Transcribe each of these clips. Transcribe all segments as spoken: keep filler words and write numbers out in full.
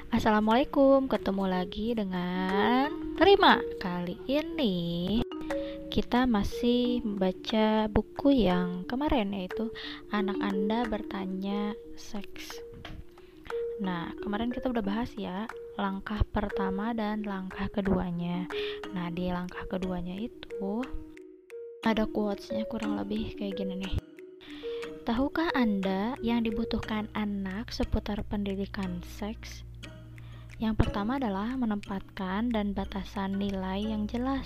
Assalamualaikum, ketemu lagi dengan Rima. Kali ini kita masih membaca buku yang kemarin, yaitu Anak Anda Bertanya Seks. Nah, kemarin kita udah bahas ya langkah pertama dan langkah keduanya. Nah, di langkah keduanya itu ada quotes-nya kurang lebih kayak gini nih. Tahukah Anda yang dibutuhkan anak seputar pendidikan seks? Yang pertama adalah menempatkan dan batasan nilai yang jelas.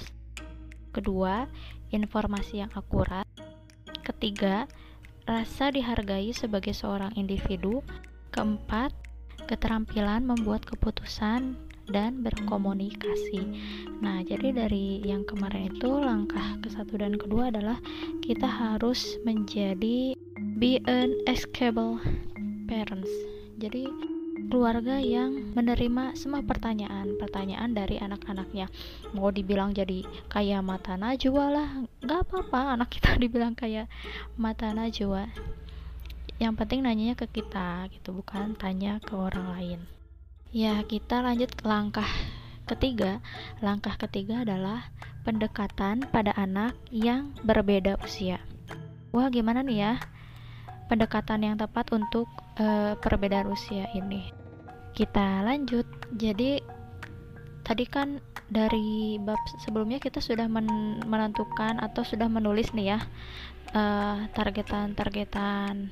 Kedua, informasi yang akurat. Ketiga, rasa dihargai sebagai seorang individu. Keempat, keterampilan membuat keputusan dan berkomunikasi. Nah, jadi dari yang kemarin itu langkah ke satu dan kedua adalah kita harus menjadi be an escapable parents. Jadi keluarga yang menerima semua pertanyaan-pertanyaan dari anak-anaknya. Mau dibilang jadi kayak mata najwa lah, gak apa-apa anak kita dibilang kayak mata najwa. Yang penting nanyanya ke kita gitu, bukan tanya ke orang lain. Ya, kita lanjut ke langkah ketiga. Langkah ketiga adalah pendekatan pada anak yang berbeda usia. Wah, gimana nih ya pendekatan yang tepat untuk uh, perbedaan usia ini? Kita lanjut. Jadi tadi kan dari bab sebelumnya kita sudah men- menentukan atau sudah menulis nih ya uh, targetan-targetan,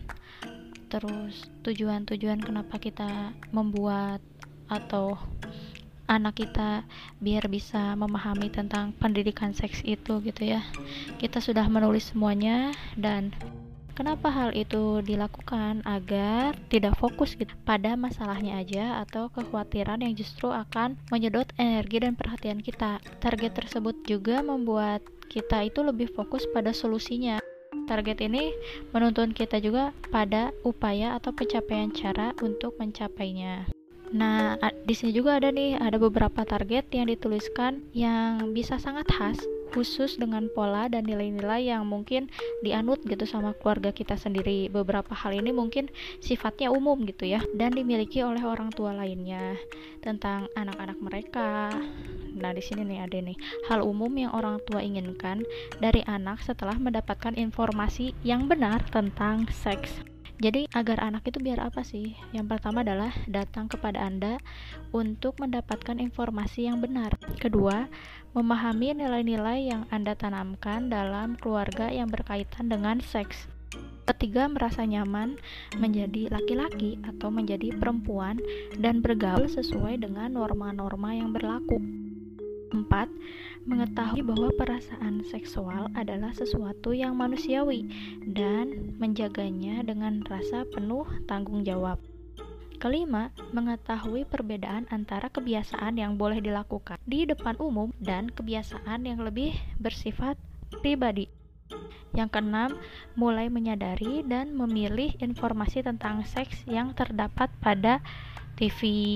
terus tujuan-tujuan kenapa kita membuat atau anak kita biar bisa memahami tentang pendidikan seks itu gitu ya. Kita sudah menulis semuanya, dan kenapa hal itu dilakukan? Agar tidak fokus gitu pada masalahnya aja atau kekhawatiran yang justru akan menyedot energi dan perhatian kita. Target tersebut juga membuat kita itu lebih fokus pada solusinya. Target ini menuntun kita juga pada upaya atau pencapaian cara untuk mencapainya. Nah, di sini juga ada nih, ada beberapa target yang dituliskan yang bisa sangat khas, khusus dengan pola dan nilai-nilai yang mungkin dianut gitu sama keluarga kita sendiri. Beberapa hal ini mungkin sifatnya umum gitu ya, dan dimiliki oleh orang tua lainnya tentang anak-anak mereka. Nah, di sini nih ada nih hal umum yang orang tua inginkan dari anak setelah mendapatkan informasi yang benar tentang seks. Jadi agar anak itu biar apa sih? Yang pertama adalah datang kepada Anda untuk mendapatkan informasi yang benar. Kedua, memahami nilai-nilai yang Anda tanamkan dalam keluarga yang berkaitan dengan seks. Ketiga, merasa nyaman menjadi laki-laki atau menjadi perempuan dan bergaul sesuai dengan norma-norma yang berlaku. Empat, mengetahui bahwa perasaan seksual adalah sesuatu yang manusiawi dan menjaganya dengan rasa penuh tanggung jawab. Kelima, mengetahui perbedaan antara kebiasaan yang boleh dilakukan di depan umum dan kebiasaan yang lebih bersifat pribadi. Yang keenam, mulai menyadari dan memilih informasi tentang seks yang terdapat pada T V,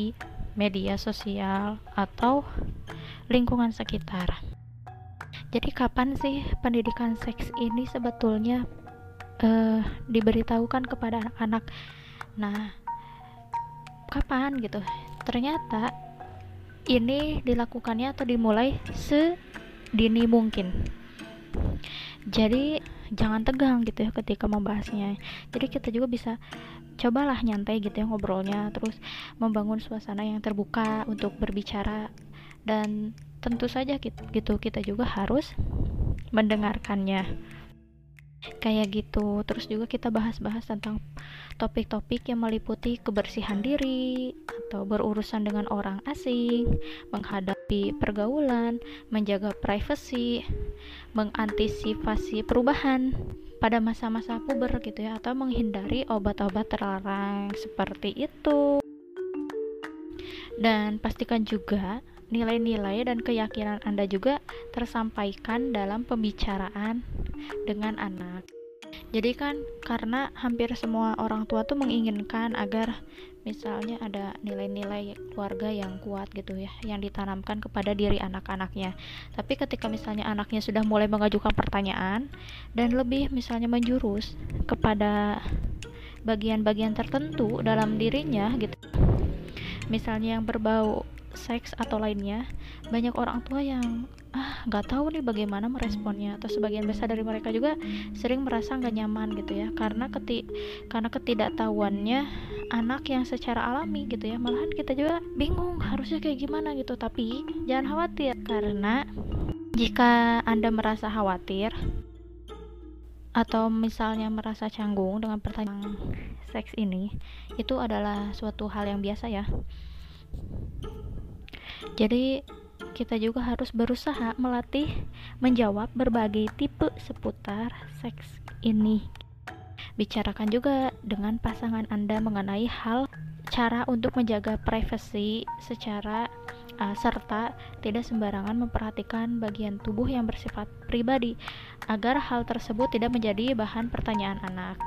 media sosial, atau lingkungan sekitar. Jadi kapan sih pendidikan seks ini sebetulnya uh, diberitahukan kepada anak-anak? Nah, kapan gitu? Ternyata ini dilakukannya atau dimulai sedini mungkin. Jadi jangan tegang gitu ya ketika membahasnya. Jadi kita juga bisa cobalah nyantai gitu ya ngobrolnya, terus membangun suasana yang terbuka untuk berbicara, dan tentu saja gitu kita juga harus mendengarkannya kayak gitu. Terus juga kita bahas-bahas tentang topik-topik yang meliputi kebersihan diri atau berurusan dengan orang asing, menghadapi pergaulan, menjaga privasi, mengantisipasi perubahan pada masa-masa puber gitu ya, atau menghindari obat-obat terlarang seperti itu. Dan pastikan juga nilai-nilai dan keyakinan Anda juga tersampaikan dalam pembicaraan dengan anak. Jadi kan karena hampir semua orang tua tuh menginginkan agar misalnya ada nilai-nilai keluarga yang kuat gitu ya, yang ditanamkan kepada diri anak-anaknya. Tapi ketika misalnya anaknya sudah mulai mengajukan pertanyaan dan lebih misalnya menjurus kepada bagian-bagian tertentu dalam dirinya gitu, misalnya yang berbau seks atau lainnya, banyak orang tua yang ah nggak tahu nih bagaimana meresponnya, atau sebagian besar dari mereka juga sering merasa nggak nyaman gitu ya, karena keti karena ketidaktahuannya anak yang secara alami gitu ya. Malahan kita juga bingung harusnya kayak gimana gitu. Tapi jangan khawatir, karena jika Anda merasa khawatir atau misalnya merasa canggung dengan pertanyaan seks ini, itu adalah suatu hal yang biasa ya. Jadi kita juga harus berusaha melatih menjawab berbagai tipe seputar seks ini. Bicarakan juga dengan pasangan Anda mengenai hal cara untuk menjaga privasi secara uh, serta tidak sembarangan memperhatikan bagian tubuh yang bersifat pribadi, agar hal tersebut tidak menjadi bahan pertanyaan anak.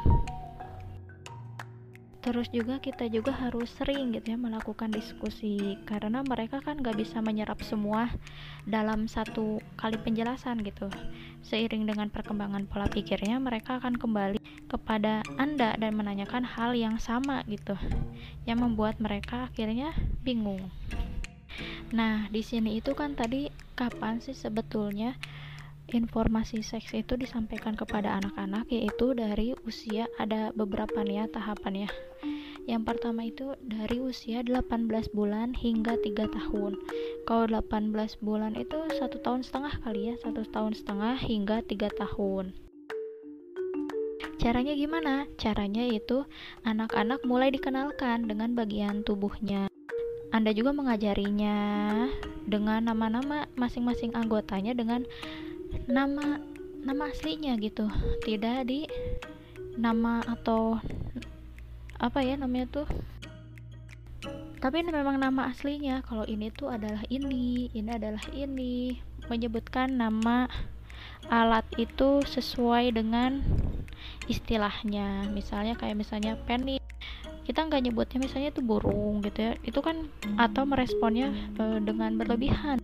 Terus juga kita juga harus sering gitu ya melakukan diskusi, karena mereka kan gak bisa menyerap semua dalam satu kali penjelasan gitu. Seiring dengan perkembangan pola pikirnya, mereka akan kembali kepada Anda dan menanyakan hal yang sama gitu, yang membuat mereka akhirnya bingung. Nah, di sini itu kan tadi kapan sih sebetulnya informasi seks itu disampaikan kepada anak-anak, yaitu dari usia, ada beberapa nih ya tahapannya. Yang pertama itu dari usia delapan belas bulan hingga tiga tahun. Kalau delapan belas bulan itu satu tahun setengah kali ya, satu tahun setengah hingga tiga tahun. Caranya gimana? Caranya itu anak-anak mulai dikenalkan dengan bagian tubuhnya. Anda juga mengajarinya dengan nama-nama masing-masing anggotanya dengan nama nama aslinya gitu, tidak di nama atau apa ya namanya tuh, tapi ini memang nama aslinya. Kalau ini tuh adalah ini, ini adalah ini, menyebutkan nama alat itu sesuai dengan istilahnya. Misalnya kayak misalnya penis, kita nggak nyebutnya misalnya itu burung gitu ya, itu kan, atau meresponnya e, dengan berlebihan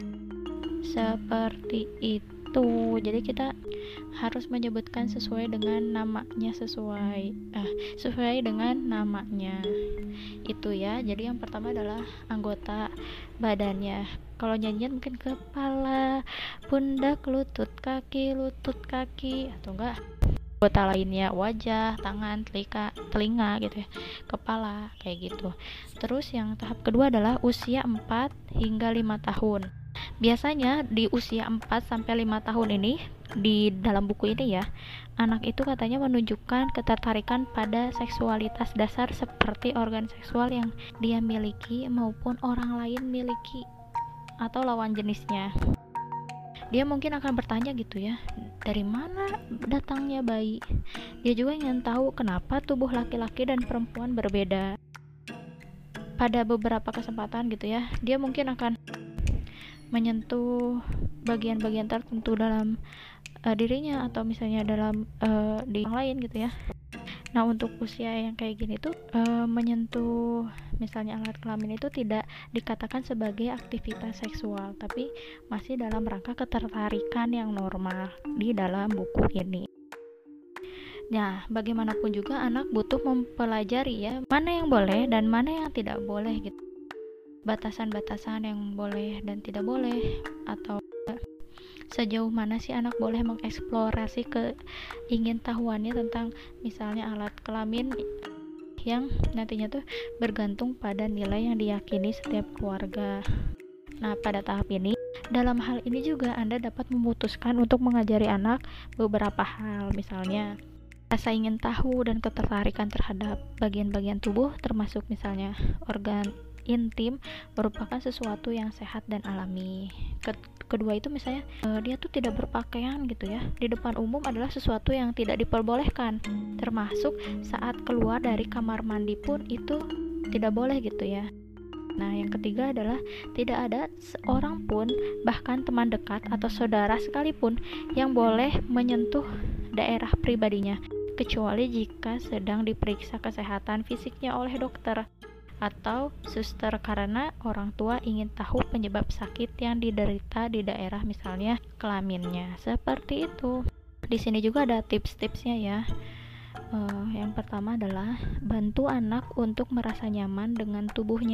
seperti itu. Jadi kita harus menyebutkan sesuai dengan namanya, sesuai ah sesuai dengan namanya itu ya. Jadi yang pertama adalah anggota badannya. Kalau nyanyian mungkin kepala, pundak, lutut, kaki, lutut, kaki, atau enggak anggota lainnya, wajah, tangan, telinga, telinga gitu ya, kepala, kayak gitu. Terus yang tahap kedua adalah usia empat hingga lima tahun. Biasanya di usia empat sampai lima tahun ini, di dalam buku ini ya, anak itu katanya menunjukkan ketertarikan pada seksualitas dasar seperti organ seksual yang dia miliki maupun orang lain miliki atau lawan jenisnya. Dia mungkin akan bertanya gitu ya, dari mana datangnya bayi. Dia juga ingin tahu kenapa tubuh laki-laki dan perempuan berbeda. Pada beberapa kesempatan gitu ya, dia mungkin akan menyentuh bagian-bagian tertentu dalam uh, dirinya, atau misalnya dalam uh, di orang lain gitu ya. Nah, untuk usia yang kayak gini tuh uh, menyentuh misalnya alat kelamin itu tidak dikatakan sebagai aktivitas seksual, tapi masih dalam rangka ketertarikan yang normal di dalam buku ini. Nah, bagaimanapun juga anak butuh mempelajari ya, mana yang boleh dan mana yang tidak boleh gitu. Batasan-batasan yang boleh dan tidak boleh, atau sejauh mana sih anak boleh mengeksplorasi keingintahuannya tentang misalnya alat kelamin yang nantinya tuh bergantung pada nilai yang diyakini setiap keluarga. Nah, pada tahap ini, dalam hal ini juga Anda dapat memutuskan untuk mengajari anak beberapa hal, misalnya rasa ingin tahu dan ketertarikan terhadap bagian-bagian tubuh, termasuk misalnya organ intim, merupakan sesuatu yang sehat dan alami. Kedua itu misalnya uh, dia tuh tidak berpakaian gitu ya di depan umum adalah sesuatu yang tidak diperbolehkan, termasuk saat keluar dari kamar mandi pun itu tidak boleh gitu ya. Nah, yang ketiga adalah tidak ada seorang pun, bahkan teman dekat atau saudara sekalipun, yang boleh menyentuh daerah pribadinya, kecuali jika sedang diperiksa kesehatan fisiknya oleh dokter atau suster, karena orang tua ingin tahu penyebab sakit yang diderita di daerah misalnya kelaminnya. Seperti itu. Di sini juga ada tips-tipsnya ya. Uh, yang pertama adalah bantu anak untuk merasa nyaman dengan tubuhnya.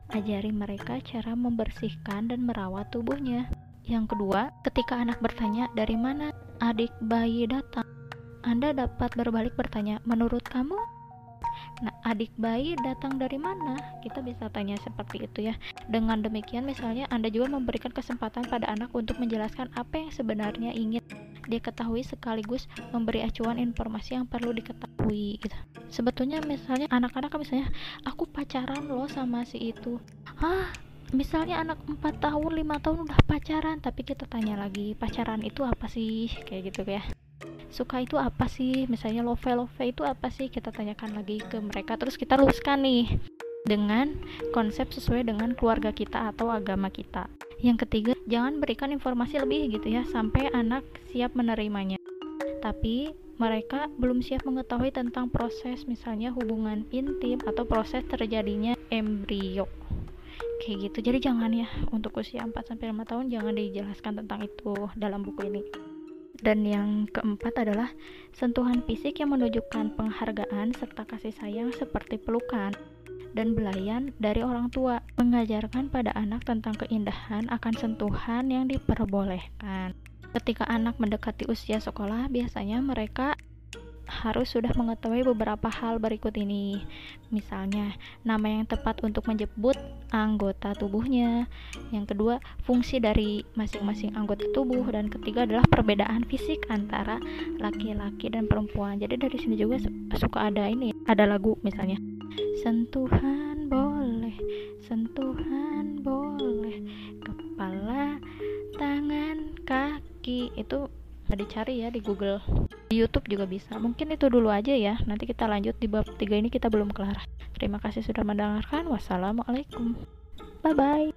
Ajari mereka cara membersihkan dan merawat tubuhnya. Yang kedua, ketika anak bertanya dari mana adik bayi datang, Anda dapat berbalik bertanya, menurut kamu? Nah, adik bayi datang dari mana? Kita bisa tanya seperti itu ya. Dengan demikian, misalnya Anda juga memberikan kesempatan pada anak untuk menjelaskan apa yang sebenarnya ingin dia ketahui sekaligus memberi acuan informasi yang perlu diketahui gitu. Sebetulnya misalnya anak-anak misalnya, aku pacaran loh sama si itu. Hah? Misalnya anak empat tahun, lima tahun udah pacaran, tapi kita tanya lagi, pacaran itu apa sih? Kayak gitu ya. Suka itu apa sih? Misalnya love love itu apa sih? Kita tanyakan lagi ke mereka, terus kita luruskan nih dengan konsep sesuai dengan keluarga kita atau agama kita. Yang ketiga, jangan berikan informasi lebih gitu ya sampai anak siap menerimanya. Tapi mereka belum siap mengetahui tentang proses misalnya hubungan intim atau proses terjadinya embrio. Kayak gitu. Jadi jangan ya, untuk usia empat sampai lima tahun jangan dijelaskan tentang itu dalam buku ini. Dan yang keempat adalah sentuhan fisik yang menunjukkan penghargaan serta kasih sayang seperti pelukan dan belayan dari orang tua. Mengajarkan pada anak tentang keindahan akan sentuhan yang diperbolehkan. Ketika anak mendekati usia sekolah, biasanya mereka harus sudah mengetahui beberapa hal berikut ini. Misalnya, nama yang tepat untuk menyebut anggota tubuhnya. Yang kedua, fungsi dari masing-masing anggota tubuh. Dan ketiga adalah perbedaan fisik antara laki-laki dan perempuan. Jadi dari sini juga suka ada ini, ada lagu misalnya. Sentuhan boleh, sentuhan boleh, kepala, tangan, kaki. Itu dicari ya di Google, di YouTube juga bisa. Mungkin itu dulu aja ya, nanti kita lanjut di bab tiga ini, kita belum kelar. Terima kasih sudah mendengarkan. Wassalamualaikum, bye bye.